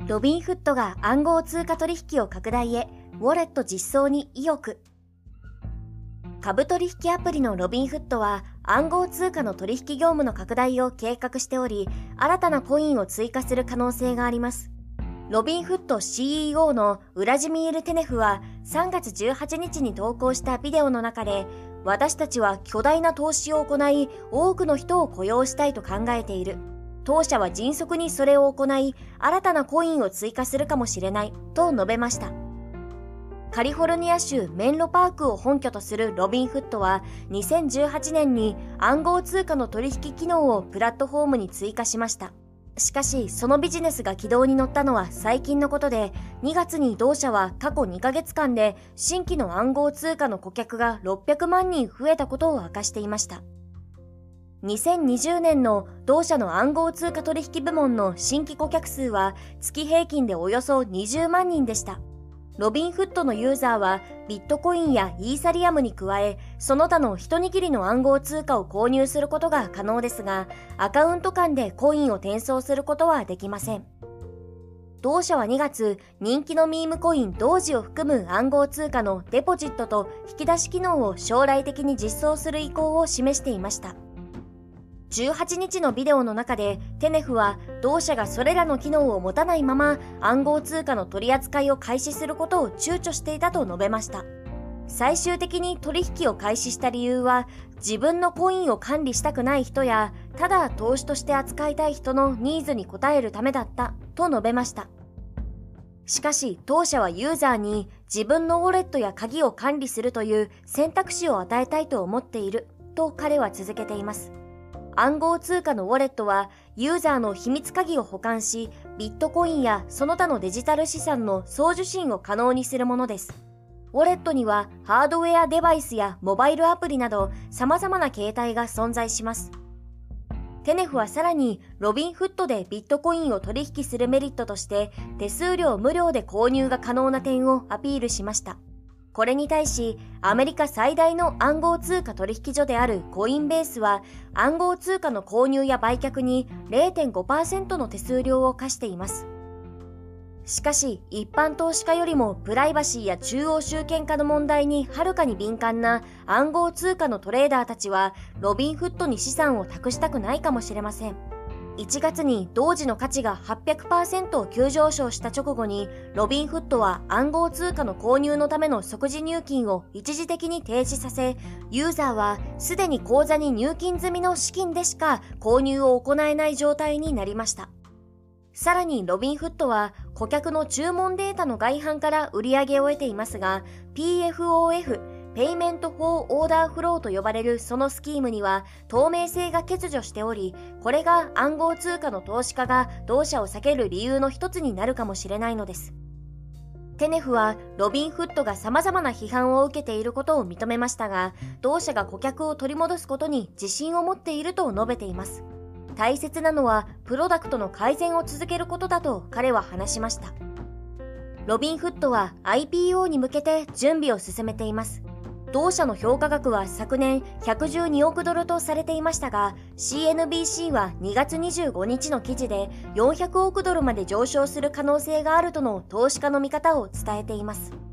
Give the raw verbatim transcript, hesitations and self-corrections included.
ロビンフットが暗号通貨取引を拡大へ、ウォレット実装に意欲。株取引アプリのロビンフットは暗号通貨の取引業務の拡大を計画しており、新たなコインを追加する可能性があります。ロビンフット シーイーオー のウラジミール・テネフはさんがつじゅうはちにちに投稿したビデオの中で、私たちは巨大な投資を行い、多くの人を雇用したいと考えている。当社は迅速にそれを行い、新たなコインを追加するかもしれない、と述べました。カリフォルニア州メンロパークを本拠とするロビンフットは、にせんじゅうはちねんに暗号通貨の取引機能をプラットフォームに追加しました。しかし、そのビジネスが軌道に乗ったのは最近のことで、にがつに同社は過去にかげつかんで新規の暗号通貨の顧客がろっぴゃくまんにん増えたことを明かしていました。にせんにじゅうねんの同社の暗号通貨取引部門の新規顧客数は月平均でおよそにじゅうまんにんでした。ロビンフットのユーザーはビットコインやイーサリアムに加え、その他の一握りの暗号通貨を購入することが可能ですが、アカウント間でコインを転送することはできません。同社はにがつ、人気のミームコインドージを含む暗号通貨のデポジットと引き出し機能を将来的に実装する意向を示していました。じゅうはちにちのビデオの中で、テネフは同社がそれらの機能を持たないまま暗号通貨の取り扱いを開始することを躊躇していたと述べました。最終的に取引を開始した理由は、自分のコインを管理したくない人や、ただ投資として扱いたい人のニーズに応えるためだったと述べました。しかし、当社はユーザーに自分のウォレットや鍵を管理するという選択肢を与えたいと思っていると彼は続けています。暗号通貨のウォレットはユーザーの秘密鍵を保管し、ビットコインやその他のデジタル資産の送受信を可能にするものです。ウォレットにはハードウェアデバイスやモバイルアプリなど様々な形態が存在します。テネフはさらにロビンフットでビットコインを取引するメリットとして手数料無料で購入が可能な点をアピールしました。これに対し、アメリカ最大の暗号通貨取引所であるコインベースは、暗号通貨の購入や売却に れいてんごパーセント の手数料を課しています。しかし、一般投資家よりもプライバシーや中央集権化の問題にはるかに敏感な暗号通貨のトレーダーたちは、ロビンフットに資産を託したくないかもしれません。いちがつに同時の価値が はっぴゃくパーセント 急上昇した直後に、ロビンフットは暗号通貨の購入のための即時入金を一時的に停止させ、ユーザーはすでに口座に入金済みの資金でしか購入を行えない状態になりました。さらにロビンフットは顧客の注文データの外販から売り上げを得ていますが、ピーエフオーエフ、ペイメント・フォー・オーダー・フローと呼ばれるそのスキームには透明性が欠如しており、これが暗号通貨の投資家が同社を避ける理由の一つになるかもしれないのです。テネフはロビンフットが様々な批判を受けていることを認めましたが、同社が顧客を取り戻すことに自信を持っていると述べています。大切なのはプロダクトの改善を続けることだと彼は話しました。ロビンフットは アイピーオー に向けて準備を進めています。同社の評価額は昨年ひゃくじゅうにおくドルとされていましたが、 シーエヌビーシー はにがつにじゅうごにちの記事でよんひゃくおくドルまで上昇する可能性があるとの投資家の見方を伝えています。